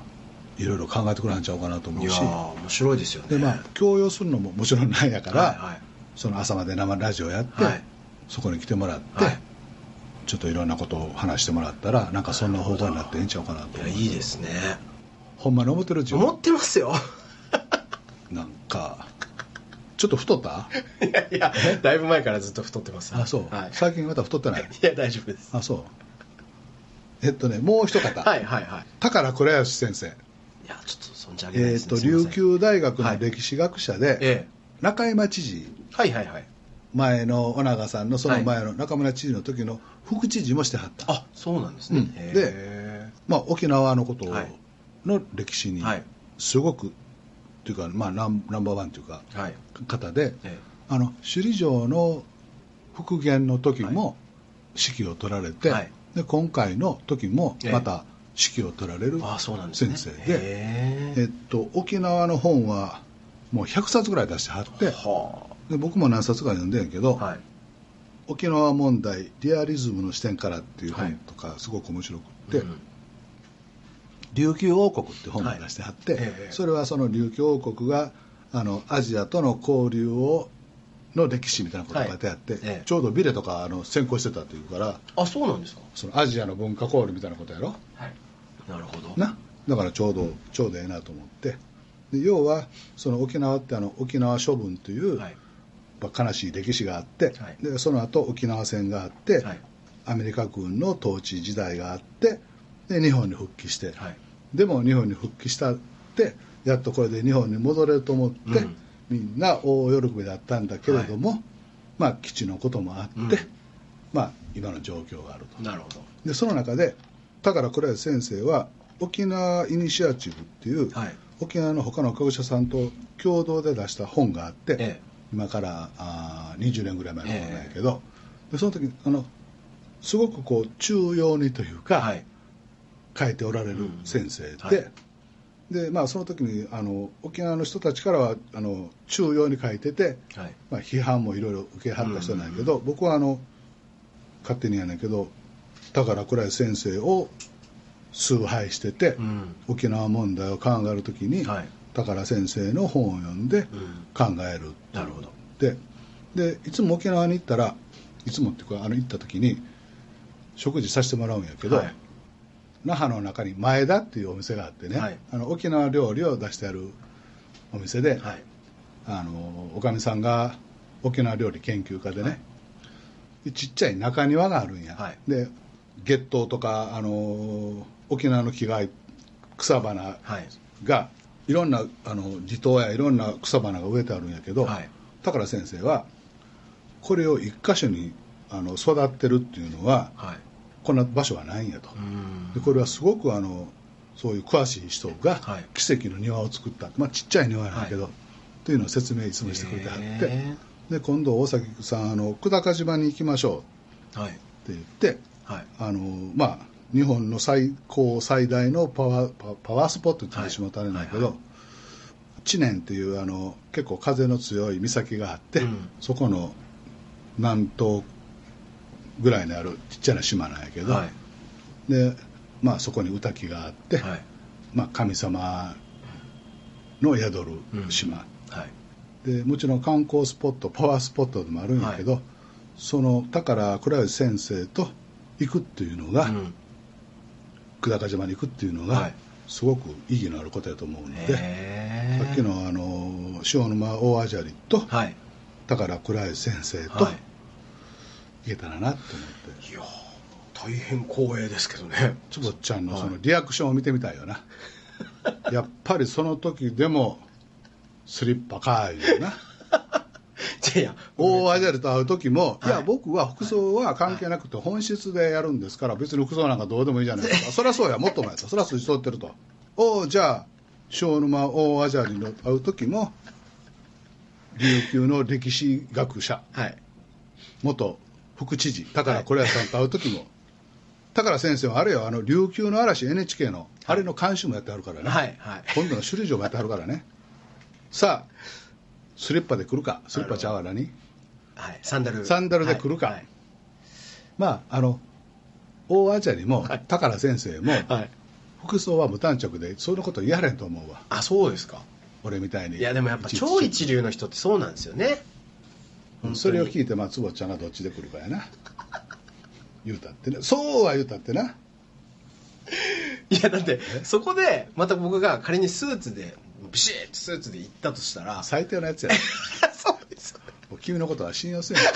いろいろ考えてくれるんちゃうかなと思うし、 いや面白いですよね。 で、まあ、強要するのももちろんなんやから、 はいはい、 その朝まで生ラジオやって、はい、そこに来てもらって、はい、ちょっといろんなことを話してもらったら、なんかそんな方法になってええんちゃうかなと思う。 いやいいですね。 ほんまに思ってるうち思ってますよ。 なんかちょっと太った？ いやいや、だいぶ前からずっと太ってます。 あ、そう、はい、最近また太ってない？ いや大丈夫です。 あ、そう。えっとね、もう一方、 はいはいはい、 宝倉吉先生。 いやちょっと存じ上げないですね。 えー、と琉球大学の歴史学者で、はい、中山知事、 はいはいはい、 前の尾長さんのその前の中村知事の時の副知事もしてはった。 あ、そうなんですね。うん、 で、まあ、沖縄のことの歴史にすごく、はい、というか、まあ、ナンバーワンというか、はい、方で、あの首里城の復元の時も指揮を取られて、はい、で今回の時もまた指揮を取られる先生で、えっと、沖縄の本はもうひゃくさつぐらい出してはって、はあ、で僕も何冊か読んでんやけど、はい、沖縄問題リアリズムの視点からっていう本とかすごく面白くって、はい、うん、琉球王国って本を出してはって、はい、それはその琉球王国があのアジアとの交流をの歴史みたいなことが書いてあって、はい、ええ、ちょうどビレとかあの先行してたというから。 あ、そうなんですか。 そのアジアの文化交流みたいなことやろ、 はい、なるほどな。だからちょうど、うん、ちょうどええなと思って、で要はその沖縄ってあの沖縄処分という、はい、悲しい歴史があって、はい、でその後沖縄戦があって、はい、アメリカ軍の統治時代があって、で日本に復帰して、はい、でも日本に復帰したってやっとこれで日本に戻れると思って、うん、みんな大喜びだったんだけれども、はい、まあ基地のこともあって、うん、まあ今の状況があると。 なるほど。 でその中で宝倉吉先生は沖縄イニシアチブっていう、はい、沖縄の他の学者さんと共同で出した本があって、ええ、今からあにじゅうねんぐらい前の本なんやけど、え、でその時あのすごくこう中庸にというか、はい、書いておられる先生で、うん、はい、でまあ、その時にあの沖縄の人たちからはあの中庸に書いてて、はい、まあ、批判もいろいろ受けはった人なんやけど、うんうんうん、僕はあの勝手にやねんけど宝倉吉先生を崇拝してて、うん、沖縄問題を考える時に、はい、宝先生の本を読んで考える、うん、 なるほど。 ででいつも沖縄に行ったらいつもっていうかあの行った時に食事させてもらうんやけど、はい、那覇の中に前田っていうお店があってね、はい、あの沖縄料理を出してあるお店で、はい、あのおかみさんが沖縄料理研究家でね、はい、ちっちゃい中庭があるんや、はい、で月桃とかあの沖縄の木が草花が、はい、いろんなあの地頭やいろんな草花が植えてあるんやけど、はい、宝先生はこれを一箇所にあの育ってるっていうのは、はい、こんな場所はないんやと。でこれはすごくあのそういう詳しい人が奇跡の庭を作った、まあ、ちっちゃい庭なんだけど、はい、というのを説明いつもしてくれてはって、で今度大崎さんあの久高島に行きましょうって言って、はい、あのまあ日本の最高最大のパワー、パワースポットって言ってしまったらあれなんだけど、はいはいはい、知念っていうあの結構風の強い岬があって、うん、そこの南東ぐらいにあるちっちゃな島なんやけど、はい、でまあそこに歌木があって、はい、まあ、神様の宿る島、うんはい、でもちろん観光スポットパワースポットでもあるんやけど、はい、その宝倉吉先生と行くっていうのが、うん、久高島に行くっていうのが、はい、すごく意義のあることやと思うので、さっきのあの塩沼大あじゃりと、はい、宝倉吉先生と、はい、行けたらなと思って。 いや大変光栄ですけどね。 つぼちゃんのそのリアクションを見てみたいよな、はい、やっぱりその時でもスリッパかいうよな。いや大アジャルと会う時も、はい、いや僕は服装は関係なくて本質でやるんですから、別に服装なんかどうでもいいじゃないですか。そりゃそうや、もっと前とそりゃ筋通ってると。おじゃあ小沼大アジャルに会う時も琉球の歴史学者、はい、元副知事宝倉吉さんと会う時も、はい、宝先生はあれよ、あの琉球の嵐 エヌエイチケー のあれの監修もやってはるからね、はいはい、今度の首里城もやってはるからね。さあスリッパで来るか、スリッパちゃうわらに、 はい、サンダルサンダルで来るか、はいはい、まああの大あじゃりも、はい、宝先生も、はい、 服装は無短着でそんなこと言われんと思うわ。 あ、そうですか。 俺みたいに。 いやでもやっぱ超一流の人ってそうなんですよね。 それを聞いてまあ坪ちゃんがどっちで来るかやな言うたってね。そうは言うたってな。 いやだってそこでまた僕が仮にスーツでビシッとスーツで行ったとしたら最低なやつやそうですよね。 もう君のことは信用せんよ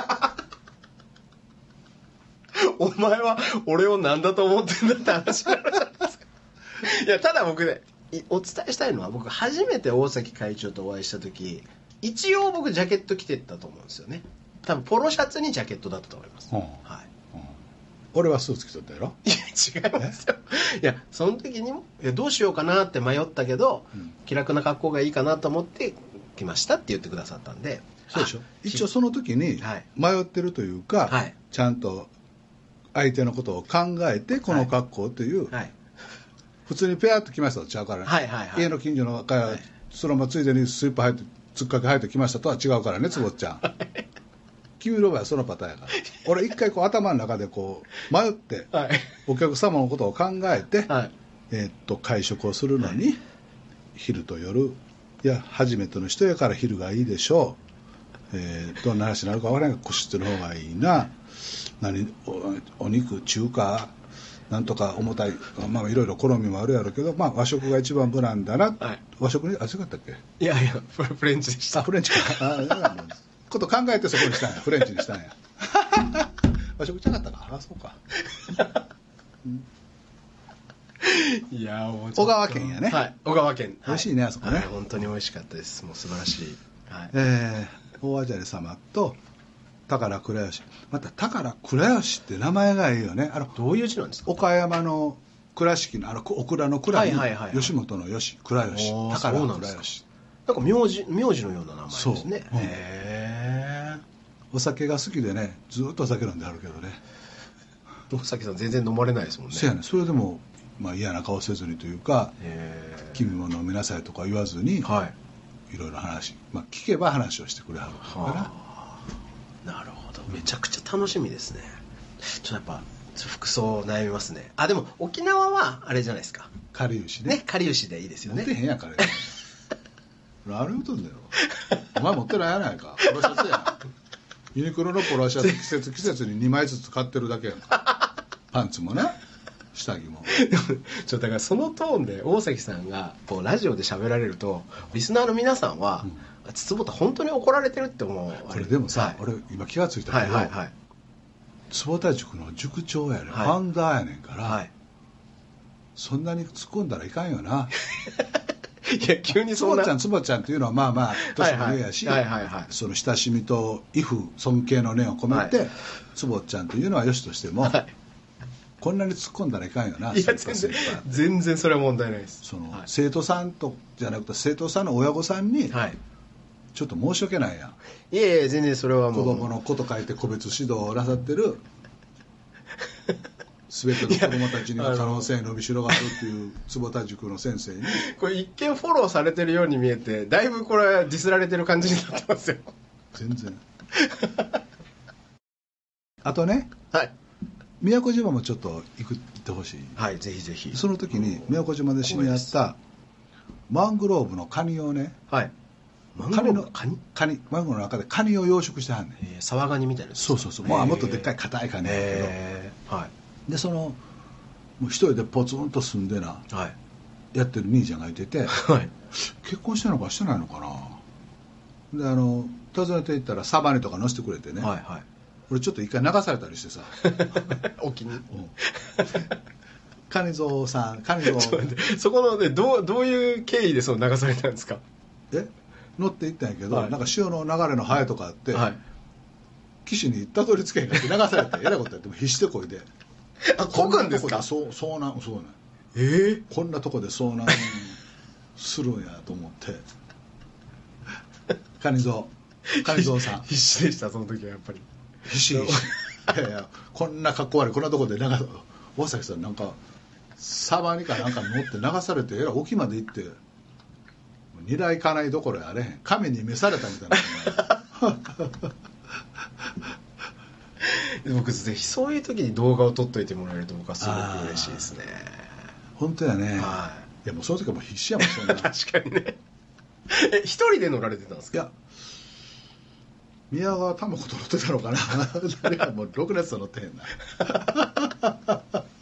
お前は俺を何だと思ってんだって話になるじゃないですか。いやただ僕ねお伝えしたいのは、僕初めて大崎会長とお会いした時一応僕ジャケット着てったと思うんですよね。多分ポロシャツにジャケットだったと思います、うん、はい、 うん、俺はスーツ着とったやろ。 いや違いますよ。いやその時にもいやどうしようかなって迷ったけど、うん、気楽な格好がいいかなと思って来ましたって言ってくださったんで。 そうでしょ。一応その時に迷ってるというか、はい、ちゃんと相手のことを考えてこの格好という、はいはい、普通にペアっと来ましたとちゃうからね、はいはいはい、家の近所のから、はい、そのままついでにスイッパー入ってつっかけ入ってきましたとは違うからね、つぼっちゃん君の場合はそのパターンやから俺一回こう頭の中でこう迷って、はい、お客様のことを考えて、はい、えー、っと会食をするのに、はい、昼と夜、いや初めての人やから昼がいいでしょう、えー、どんな話になるか分からないから個室の方がいいな、何 お, お肉中華なんとか重たい、まあいろいろ好みもあるやろうけど、まあ和食が一番無難だな、はい、和食にあ違ったっけ。 いやいやフレンチでした。 あフレンチかあだからこと考えてそこにしたんや、フレンチにしたんや和食ちゃなかったか。あそうかうん、 いやもう小川県やね、 はい、小川県美味しいね、はい、あそこね、はい、 本当に美味しかったです。もう素晴らしい、はい、 えー、大あじゃれ様と宝倉吉、また宝倉吉って名前がいいよね。あのどういう字なんですか。 岡山の倉敷のあのオクラの蔵に、はいはいはいはい、吉本の吉倉吉、宝倉吉、 なんか名字名字のような名前ですね。 そう、うん、へえ。お酒が好きでね、ずっとお酒飲んであるけどね。 大崎さん全然飲まれないですもんね。 そうやね。それでも、まあ、嫌な顔せずにというか、君も飲みなさいとか言わずに、はい、いろいろ話、まあ、聞けば話をしてくれはるから。 なるほど、めちゃくちゃ楽しみですね。ちょっとやっぱ服装悩みますね。あでも沖縄はあれじゃないですか、 かりゆしね。 ね、かりゆしでいいですよね。 持ってへんやんかりゆしあれ言うとんだよお前持ってないやないか。ポロシャツやんユニクロのポロシャツ季節季節ににまいずつ買ってるだけやんかパンツもな下着もちょっとだからそのトーンで大崎さんがこうラジオで喋られるとリスナーの皆さんは、うん、坪田本当に怒られてるって思う。 これでもさ、はい、俺今気がついたけど、はいはいはい、坪田塾の塾長やねん、はい、ファウンダーやねんから、はい、そんなに突っ込んだらいかんよないや急にそんなつぼちゃんつぼちゃんっていうのはまあまあ年も上やし、はいはいはいはい、その親しみと畏怖尊敬の念を込めて、はい、つぼちゃんというのはよしとしても、はい、こんなに突っ込んだらいかんよな。 いや全然全然それは問題ないです。 その、はい、生徒さんとじゃなくて生徒さんの親御さんに、はい、ちょっと申し訳ないやん。 いやいや全然それはもう子供のこと書いて個別指導をなさってる全ての子供たちに可能性伸びしろがあるっていう坪田塾の先生にこれ一見フォローされてるように見えてだいぶこれディスられてる感じになってますよ。 全然あとね、 はい、 宮古島もちょっと行く行ってほしい。 はい、ぜひぜひ。 その時に宮古島で知り合ったマングローブのカニをね、はい、マングローブのカニカニマングローブの中でカニを養殖してはんねん。 えー、サワガニみたいな。 そうそうそう、もうもっとでっかい硬いカニだけど、えー、はい、でそのもう一人でポツンと住んでな、はい、やってる兄ちゃんがいてて、はい、結婚してるのかしてないのかな。であの訪ねていったらサバニとか乗せてくれてね、はいはい、俺ちょっと一回流されたりしてさお気に入り、うん、 カニゾウさんカニゾウそこの、ね、どう、どういう経緯でその流されたんですか。 え乗って行ったんやけど、はい、なんか潮の流れのハエとかあって、はい、岸にたどり着けへんかって流されてえらいことやっても必死でこいであ、こぐんですか。 そうそうなんそうなんえー、 こんなとこで遭難するんやと思ってカニゾウカニゾウさん必死でしたその時はやっぱり必死必死いやいやこんな格好悪いこんなとこで流さ大崎さんなんかサバニかなんか乗って流されてえらい沖まで行って二来家内どころやあれへん亀に召されたみたいな僕ぜひそういう時に動画を撮っといてもらえると僕はすごく嬉しいですね。 本当やね、 はい、 いやもうその時はもう必死やもんそんな確かにね。え一人で乗られてたんですか？ いや宮川玉子と乗ってたのかな誰かもうろくなやつと乗ってへんな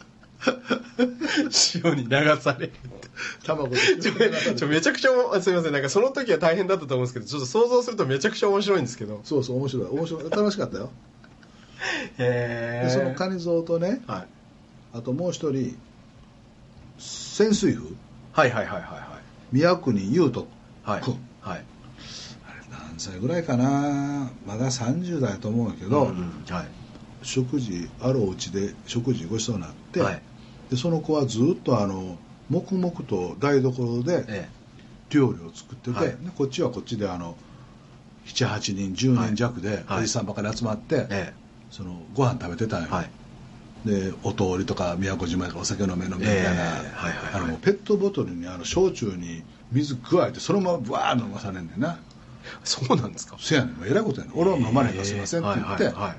潮に流される玉子とちょめちゃくちゃすみません、なんかその時は大変だったと思うんですけど、ちょっと想像するとめちゃくちゃ面白いんですけど。 そうそう面白い面白い楽しかったよへえ。 そのカニゾウとね、はい、あともう一人潜水夫、 はいはいはいはいはい、 宮国優斗君、 はいはい、あれ何歳ぐらいかな、まださんじゅう代だと思うんだけど、うんうんはい、食事あるお家で食事ごちそうになって、はい、でその子はずっとあの黙々と台所で料理を作ってて、はい、でこっちはこっちであのななはちにんじゅうにん弱でおじさんばかり集まって、はいはい、そのご飯食べてたんよ、はい、でお通りとか宮古島とかお酒飲め飲めみたいな、えーはいはいはい、あのペットボトルにあの焼酎に水加えてそのままブワーッ飲まされんねんな。 そうなんですか？ そうやねん、えらいことやねん。俺は飲まないからすいませんって言って、はいはいはい、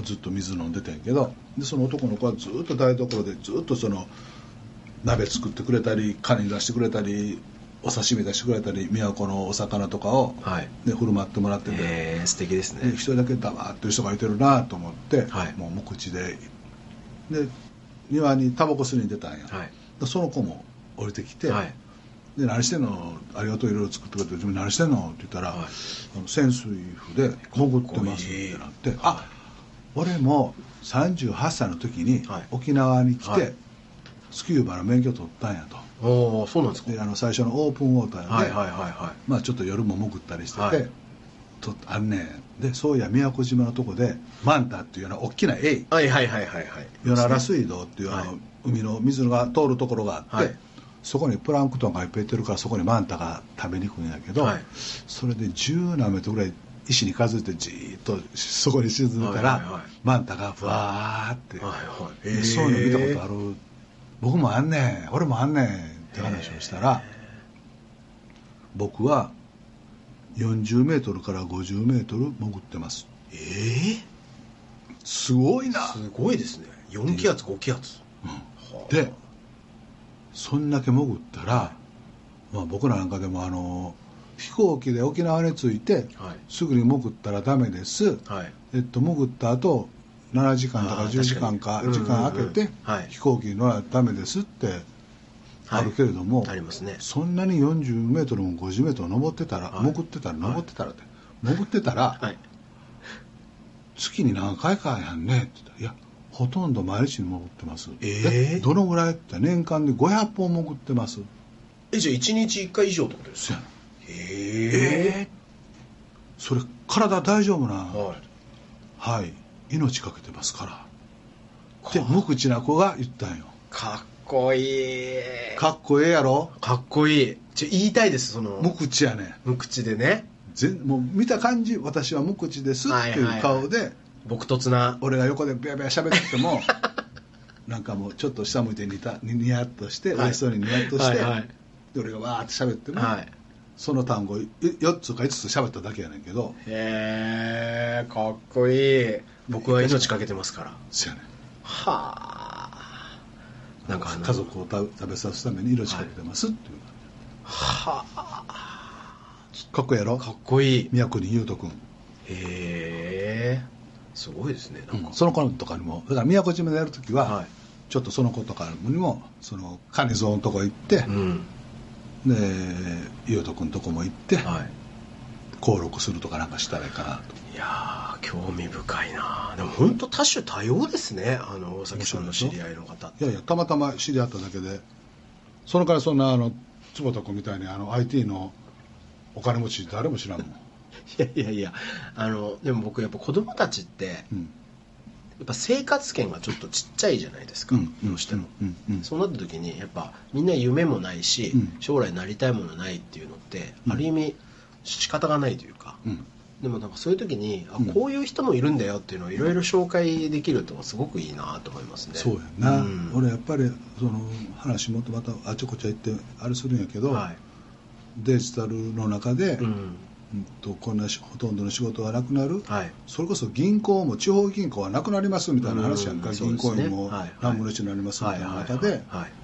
ずっと水飲んでたんやけど、でその男の子はずっと台所でずっとその鍋作ってくれたりカニ出してくれたりお刺身出してくれたり宮古のお魚とかを、はい、で振る舞ってもらってて、 えー、素敵ですね。 一人だけ黙ってる人がいてるなと思って、はい、もう無口でで庭にタバコ吸いに出たんや、はい、でその子も降りてきて、はい、で何してんの、ありがとういろいろ作ってくれて自分何してんのって言ったら、はい、あの潜水夫で潜ってますってなって、あ俺もさんじゅうはっさいの時に沖縄に来て、はい、スキューバの免許取ったんやと。 おそうなんですか。 であの最初のオープンウォーターで、 はいはいはいはい、 まあ、ちょっと夜も潜ったりしてて、はい、とあんねんでそういや宮古島のとこでマンタっていうような大きなエイ、 はいはいはいはいはい、 与那良水道っていうあの、はい、海の水が通るところがあって、はい、そこにプランクトンがいっぱいいてるからそこにマンタが食べに行くんやけど、はい、それで十何メートルぐらい石に数えてじーっとそこに沈んでたら、はいはいはい、マンタがふわーって、はいはいえー、そういうの見たことある、僕もあんねん俺もあんねんって話をしたら、僕はよんじゅうメートルからごじゅうメートル潜ってます。 えー、 すごいな。 すごいですね。よん気圧ご気圧、 うん、でそんだけ潜ったら、まあ、僕らなんかでもあの飛行機で沖縄に着いて、はい、すぐに潜ったらダメです、はいえっと、潜った後ななじかんとかじゅうじかんか時間空けて、はい、飛行機に乗らダメですってあるけれども、はいありますね、そんなによんじゅうメートルもごじゅうメートル登ってたら、はい、潜ってたら登ってたらって、はい、潜ってたら、はい、月に何回かやんねって言ったら、いやほとんど毎日に潜ってます。えー、どのぐらいって年間でごひゃっぽん潜ってます。 えじゃあいちにちいっかい以上ってことですか？ へえー、それ体大丈夫な、はい、はい、命かけてますからって無口な子が言ったんよ。 かっこいい。 かっこええやろ。 かっこいい。ちょ言いたいです。その無口やね。 無口でね。 全もう見た感じ私は無口ですっていう顔で、はいはいはい、 朴突な俺が横でビャビャ喋っててもなんかもうちょっと下向いてニタニヤッとして、はい、嬉しそうにニヤッとして、はいはい、で俺がわーって喋っても、はい、その単語よっつかいつつ喋っただけやねんけど、 へえかっこいい。僕は命かけてますから。 そうやねん。 はあ。 なんか家族を食べさすために命かけてますっていう。 はあ。 かっこいいやろ。 かっこいい。 宮国優斗君。へえ。すごいですね。なんか、 うん、その子とかにもだから宮古島でやるときは、はい、ちょっとその子とかにもそのカニゾーのとこ行って、うん、で優斗君のとこも行って、はい、登録するとかなんかしたらいいかなと。 いやー興味深いな。でも本当多種多様ですね。あの大崎さんの知り合いの方。 いやいやたまたま知り合っただけで、そのからそんなあの坪田君みたいにあの アイティー のお金持ち誰も知らんもん。 いやいやいやあのでも僕やっぱ子供たちって、うん、やっぱ生活圏がちょっとちっちゃいじゃないですか、うん、どうしても、うんうん、そうなった時にやっぱみんな夢もないし、うん、将来なりたいものないっていうのって、うん、ある意味仕方がないというか、うん、でもなんかそういう時にあこういう人もいるんだよっていうのをいろいろ紹介できるとすごくいいなと思いますね。 そうやな、うん、俺やっぱりその話もっとまたあちこち行ってあれするんやけど、はい、デジタルの中で、うんとこんなほとんどの仕事がなくなる、はい、それこそ銀行も地方銀行はなくなりますみたいな話やんか、銀行員も何分のいちになりますみたいな中で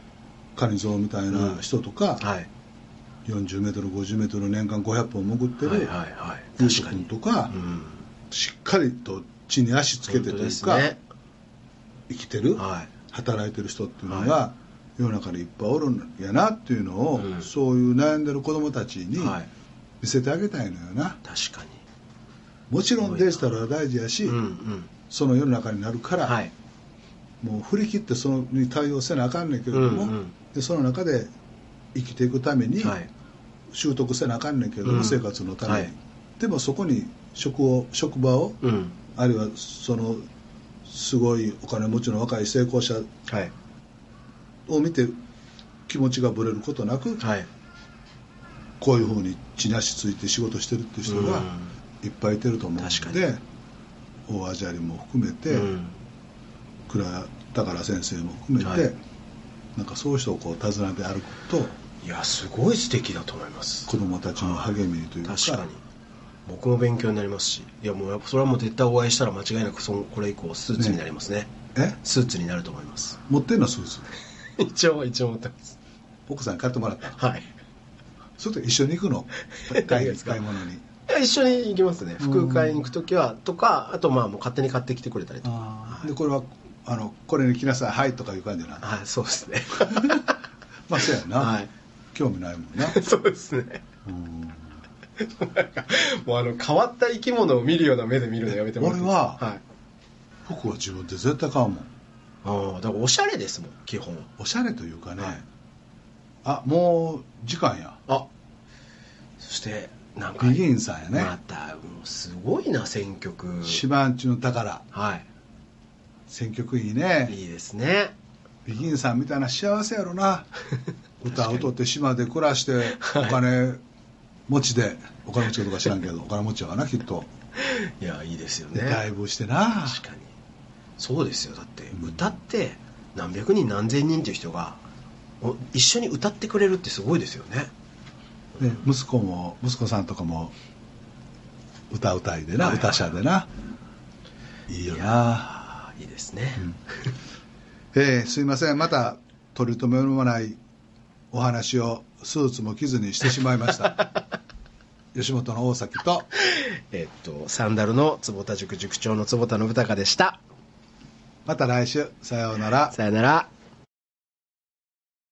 カニゾウみたいな人とか、 うんはい、 よんじゅうメートルごじゅうメートル年間ごひゃっぽん潜ってるゆうと君とか、うん、しっかりと地に足つけてというか、ね、生きてる、はい、働いてる人っていうのが、はい、世の中にいっぱいおるんやなっていうのを、うん、そういう悩んでる子どもたちに見せてあげたいのよな。 確かに。 もちろんデジタルは大事やし、うんうん、その世の中になるから、はい、もう振り切ってそのに対応せなあかんねんけれども、うんうん、でその中で生きていくために習得せなあかんねんけれども、うん、生活のために、はい、でもそこに職を職場を、うん、あるいはそのすごいお金持ちの若い成功者を見て気持ちがぶれることなく、はい、こういうふうに地に足ついて仕事してるっていう人がいっぱいいてると思うので、大アジャリも含めて、うん、倉宝先生も含めて、はい、なんかそういう人をこう訪ねて歩くと、 いやすごい素敵だと思います。 子供たちの励みというか、 確かに僕も勉強になりますし、いやもうそれはもう絶対お会いしたら間違いなくそのこれ以降スーツになりますね。えスーツになると思います。 持ってんのスーツ一応一応持ってます。 奥さんに買ってもらった。 はい。 それと一緒に行くの買い買い物に。 いや一緒に行きますね。服買いに行くときはとか、あとまあもう勝手に買ってきてくれたりとか、 はい、でこれはあのこれに来なさいはいとかいう感じな。 はい、そうですねまあそうやな、はい、興味ないもんなそうですね。うんなんかもうあの変わった生き物を見るような目で見るのやめてもらっていいですか。 俺は、はい、服は自分で絶対買うもん。 ああだからおしゃれですもん基本。 おしゃれというかね、はい、あもう時間や。 あそしてなんかビギンさんやね。 またもうすごいな選曲。 芝んちの宝。 はい。 選曲いいね。 いいですね。 ビギンさんみたいな幸せやろな歌を歌って島で暮らしてお金持ちで、お金持ちかどうか知らんけどお金持ちやかなきっと。 いやいいですよね。 ライブしてな。 確かにそうですよ。だって歌って何百人何千人っていう人が一緒に歌ってくれるってすごいですよね。 で息子も息子さんとかも歌うたいでな、はいはい、歌者でな。いいよな。 いいですね、 うんえー、すいませんまた取り留めもないお話をスーツも着ずにしてしまいました吉本の大崎とえっとサンダルの坪田塾塾長の坪田信孝でした。 また来週さようなら。 さようなら。